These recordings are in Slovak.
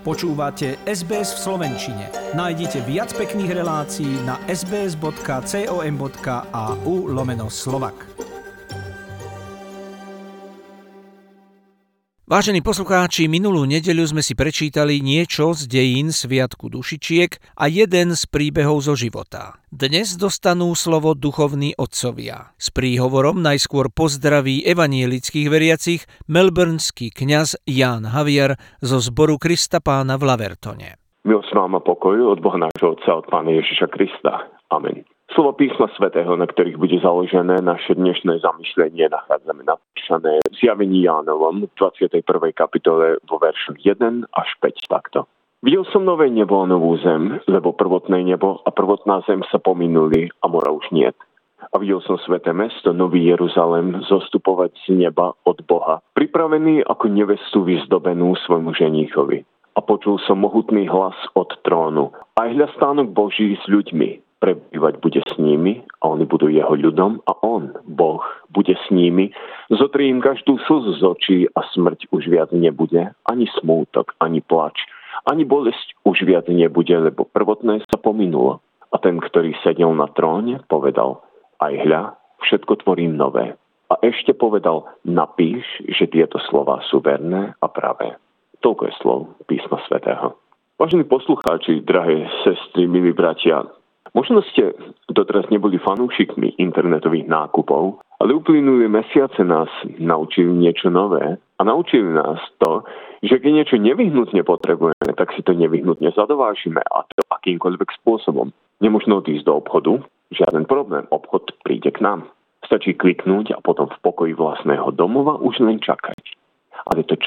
Počúvate SBS v slovenčine. Nájdite viac pekných relácií na sbs.com.au/Slovak. Vážení poslucháči, minulú nedeľu sme si prečítali niečo z dejín Sviatku dušičiek a jeden z príbehov zo života. Dnes dostanú slovo duchovní otcovia. S príhovorom najskôr pozdraví evanielických veriacich melbourneský kňaz Ján Havier zo zboru Krista Pána v Lavertone. Milosť vám a pokoj od Boha nášho Otca, od Pána Ježiša Krista. Amen. Slovo písma svätého, na ktorých bude založené naše dnešné zamyslenie, nachádzame napísané v Zjavení Jánovom v 21. kapitole vo veršoch 1 až 5 takto. Videl som nové nebo a novú zem, lebo prvotné nebo a prvotná zem sa pominuli a mora už niet. A videl som sväté mesto, Nový Jeruzalém, zostupovať z neba od Boha, pripravený ako nevestu vyzdobenú svojmu ženíchovi. A počul som mohutný hlas od trónu. A hľa stánok Boží s ľuďmi. Prebývať bude s nimi a oni budú jeho ľudom a on, Boh, bude s nimi. Zotrie im každú slzu z očí a smrť už viac nebude, ani smútok, ani plač, ani bolesť už viac nebude, lebo prvotné sa pominulo. A ten, ktorý sedel na tróne, povedal, aj hľa, všetko tvorím nové. A ešte povedal, napíš, že tieto slová sú verné a pravé. Toľko je slov písma svätého. Vážení poslucháči, drahé sestry, milí bratia, možno ste doteraz neboli fanúšikmi internetových nákupov, ale uplynulé mesiace nás naučili niečo nové a naučili nás to, že keď niečo nevyhnutne potrebujeme, tak si to nevyhnutne zadovážime a to akýmkoľvek spôsobom. Nemožno odísť do obchodu, žiaden problém, obchod príde k nám. Stačí kliknúť a potom v pokoji vlastného domova už len čakať. Ale to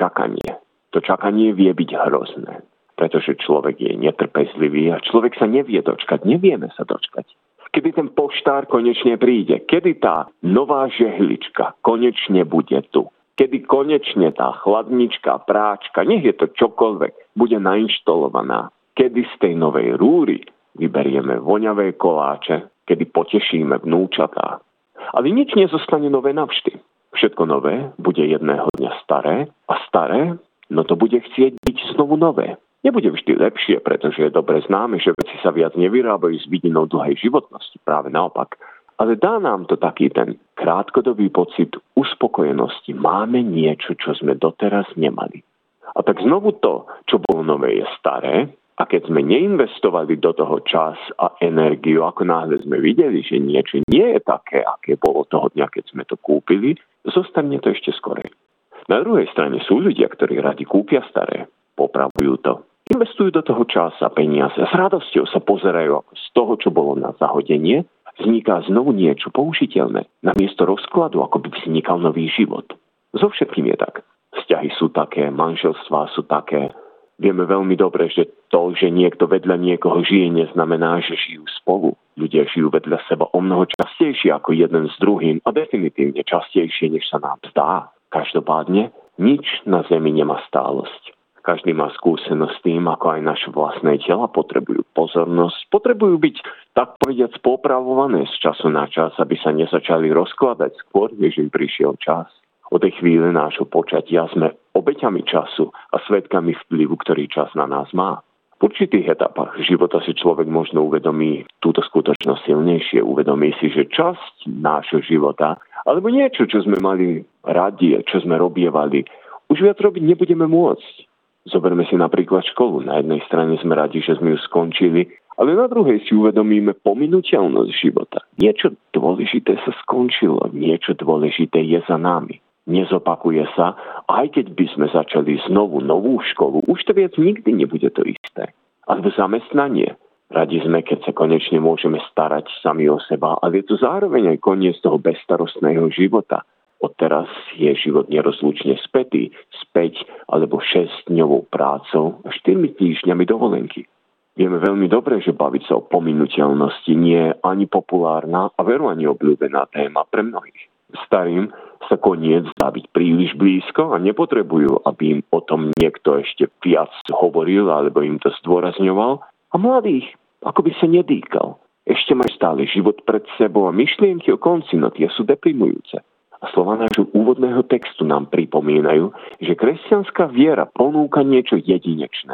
čakanie vie byť hrozné. Pretože človek je netrpezlivý a človek sa nevie dočkať, nevieme sa dočkať. Kedy ten poštár konečne príde, kedy tá nová žehlička konečne bude tu, kedy konečne tá chladnička, práčka, nech je to čokoľvek, bude nainštalovaná, kedy z tej novej rúry vyberieme voňavé koláče, kedy potešíme vnúčatá. Ale nič nezostane nové navždy. Všetko nové bude jedného dňa staré a staré, no to bude chcieť byť znovu nové. Nebude vždy lepšie, pretože je dobre známe, že veci sa viac nevyrábajú s vidinou dlhej životnosti, práve naopak. Ale dá nám to taký ten krátkodobý pocit uspokojenosti. Máme niečo, čo sme doteraz nemali. A tak znovu to, čo bolo nové, je staré. A keď sme neinvestovali do toho čas a energiu, ako náhle sme videli, že niečo nie je také, aké bolo toho dňa, keď sme to kúpili, zostane to ešte skorej. Na druhej strane sú ľudia, ktorí radi kúpia staré, popravujú to. Investujú do toho čas a peniaze. S radosťou sa pozerajú, ako z toho, čo bolo na zahodenie, vzniká znovu niečo použiteľné. Namiesto rozkladu, ako by vznikal nový život. So všetkým je tak. Vzťahy sú také, manželstvá sú také. Vieme veľmi dobre, že to, že niekto vedľa niekoho žije, neznamená, že žijú spolu. Ľudia žijú vedľa seba o mnoho častejšie ako jeden s druhým a definitívne častejšie, než sa nám zdá. Každopádne, nič na zemi nemá stálosť. Každý má skúsenosť s tým, ako aj naše vlastné tela potrebujú pozornosť, potrebujú byť, tak povediac, popravované z času na čas, aby sa nezačali rozkladať skôr, než im prišiel čas. Od tej chvíle nášho počatia sme obeťami času a svedkami vplyvu, ktorý čas na nás má. V určitých etapách života si človek možno uvedomí túto skutočnosť silnejšie, uvedomí si, že časť nášho života, alebo niečo, čo sme mali radi, čo sme robievali, už viac robiť nebudeme môcť. Zoberme si napríklad školu. Na jednej strane sme radi, že sme ju skončili, ale na druhej si uvedomíme pominuteľnosť života. Niečo dôležité sa skončilo, niečo dôležité je za nami. Nezopakuje sa, aj keď by sme začali znovu novú školu, už to viac nikdy nebude to isté. Alebo zamestnanie. Radi sme, keď sa konečne môžeme starať sami o seba, ale je to zároveň aj koniec toho bezstarostného života. Odteraz je život nerozlučne spätý, späť alebo 6-dňovou prácou a 4 týždňami dovolenky. Vieme veľmi dobre, že baviť sa o pominuteľnosti nie je ani populárna a veru ani obľúbená téma pre mnohých. Starým sa koniec zdá byť príliš blízko a nepotrebujú, aby im o tom niekto ešte viac hovoril alebo im to zdôrazňoval. A mladých, ako by sa nedýkal. Ešte majú stále život pred sebou a myšlienky o konci, no tie sú deprimujúce. A slova nášho úvodného textu nám pripomínajú, že kresťanská viera ponúka niečo jedinečné,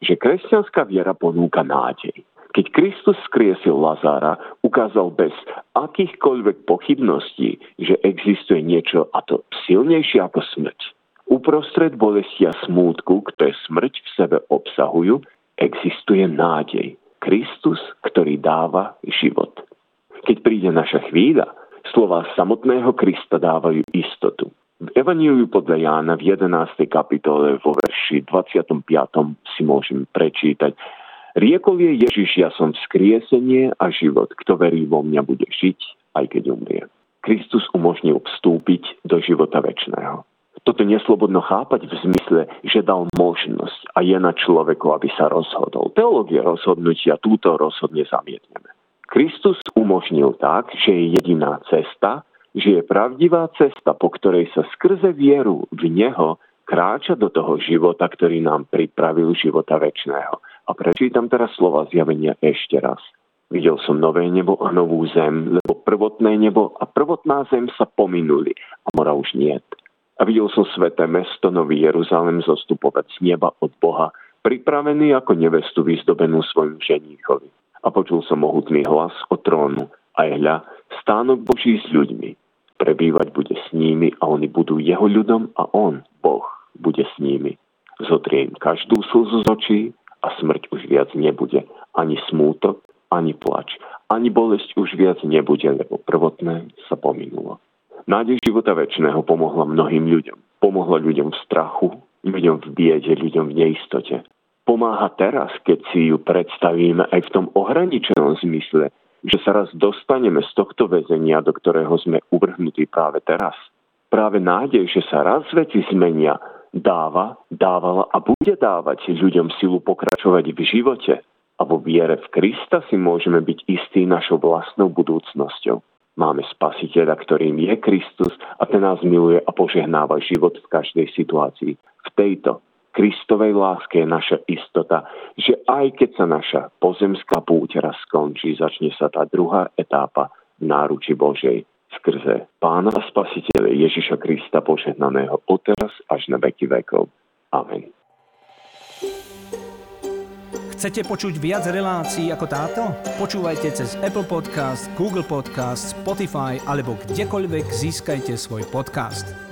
že kresťanská viera ponúka nádej. Keď Kristus skriesil Lazára, ukázal bez akýchkoľvek pochybností, že existuje niečo a to silnejšie ako smrť. Uprostred bolesti a smútku, ktoré smrť v sebe obsahujú, existuje nádej. Kristus, ktorý dáva život. Keď príde naša chvíľa, slová samotného Krista dávajú istotu. V Evanjeliu podľa Jána v 11. kapitole vo verši 25. si môžeme prečítať: Riekol je Ježiš, ja som vzkriesenie a život. Kto verí vo mňa, bude žiť, aj keď umrie. Kristus umožnil vstúpiť do života večného. Toto neslobodno chápať v zmysle, že dal možnosť a je na človeku, aby sa rozhodol. Teológia rozhodnutia túto rozhodne zamietneme. Kristus umožnil tak, že je jediná cesta, že je pravdivá cesta, po ktorej sa skrze vieru v Neho kráča do toho života, ktorý nám pripravil života večného. A prečítam teraz slova Zjavenia ešte raz. Videl som nové nebo a novú zem, lebo prvotné nebo a prvotná zem sa pominuli a mora už niet. A videl som sväté mesto, Nový Jeruzalém, zostupovať z neba od Boha, pripravený ako nevestu vyzdobenú svojim ženíchovi. A počul som mohutný hlas od trónu. A hľa, stánok Boží s ľuďmi. Prebývať bude s nimi a oni budú jeho ľudom a on, Boh, bude s nimi. Zotrie im každú slzu z očí a smrť už viac nebude. Ani smútok, ani plač, ani bolesť už viac nebude, lebo prvotné sa pominulo. Nádej života večného pomohla mnohým ľuďom. Pomohla ľuďom v strachu, ľuďom v biede, ľuďom v neistote. Pomáha teraz, keď si ju predstavíme aj v tom ohraničenom zmysle, že sa raz dostaneme z tohto väzenia, do ktorého sme uvrhnutí práve teraz. Práve nádej, že sa raz veci zmenia, dávala a bude dávať ľuďom silu pokračovať v živote. A vo viere v Krista si môžeme byť istí našou vlastnou budúcnosťou. Máme Spasiteľa, ktorým je Kristus a ten nás miluje a požehnáva život v každej situácii. V tejto Kristovej láske je naša istota, že aj keď sa naša pozemská púť raz skončí, začne sa tá druhá etápa v náruči Božej skrze Pána a Spasiteľa Ježiša Krista požehnaného odteraz až na veky vekov. Amen. Chcete počuť viac relácií ako táto? Počúvajte cez Apple Podcast, Google Podcast, Spotify alebo kdekoľvek získajte svoj podcast.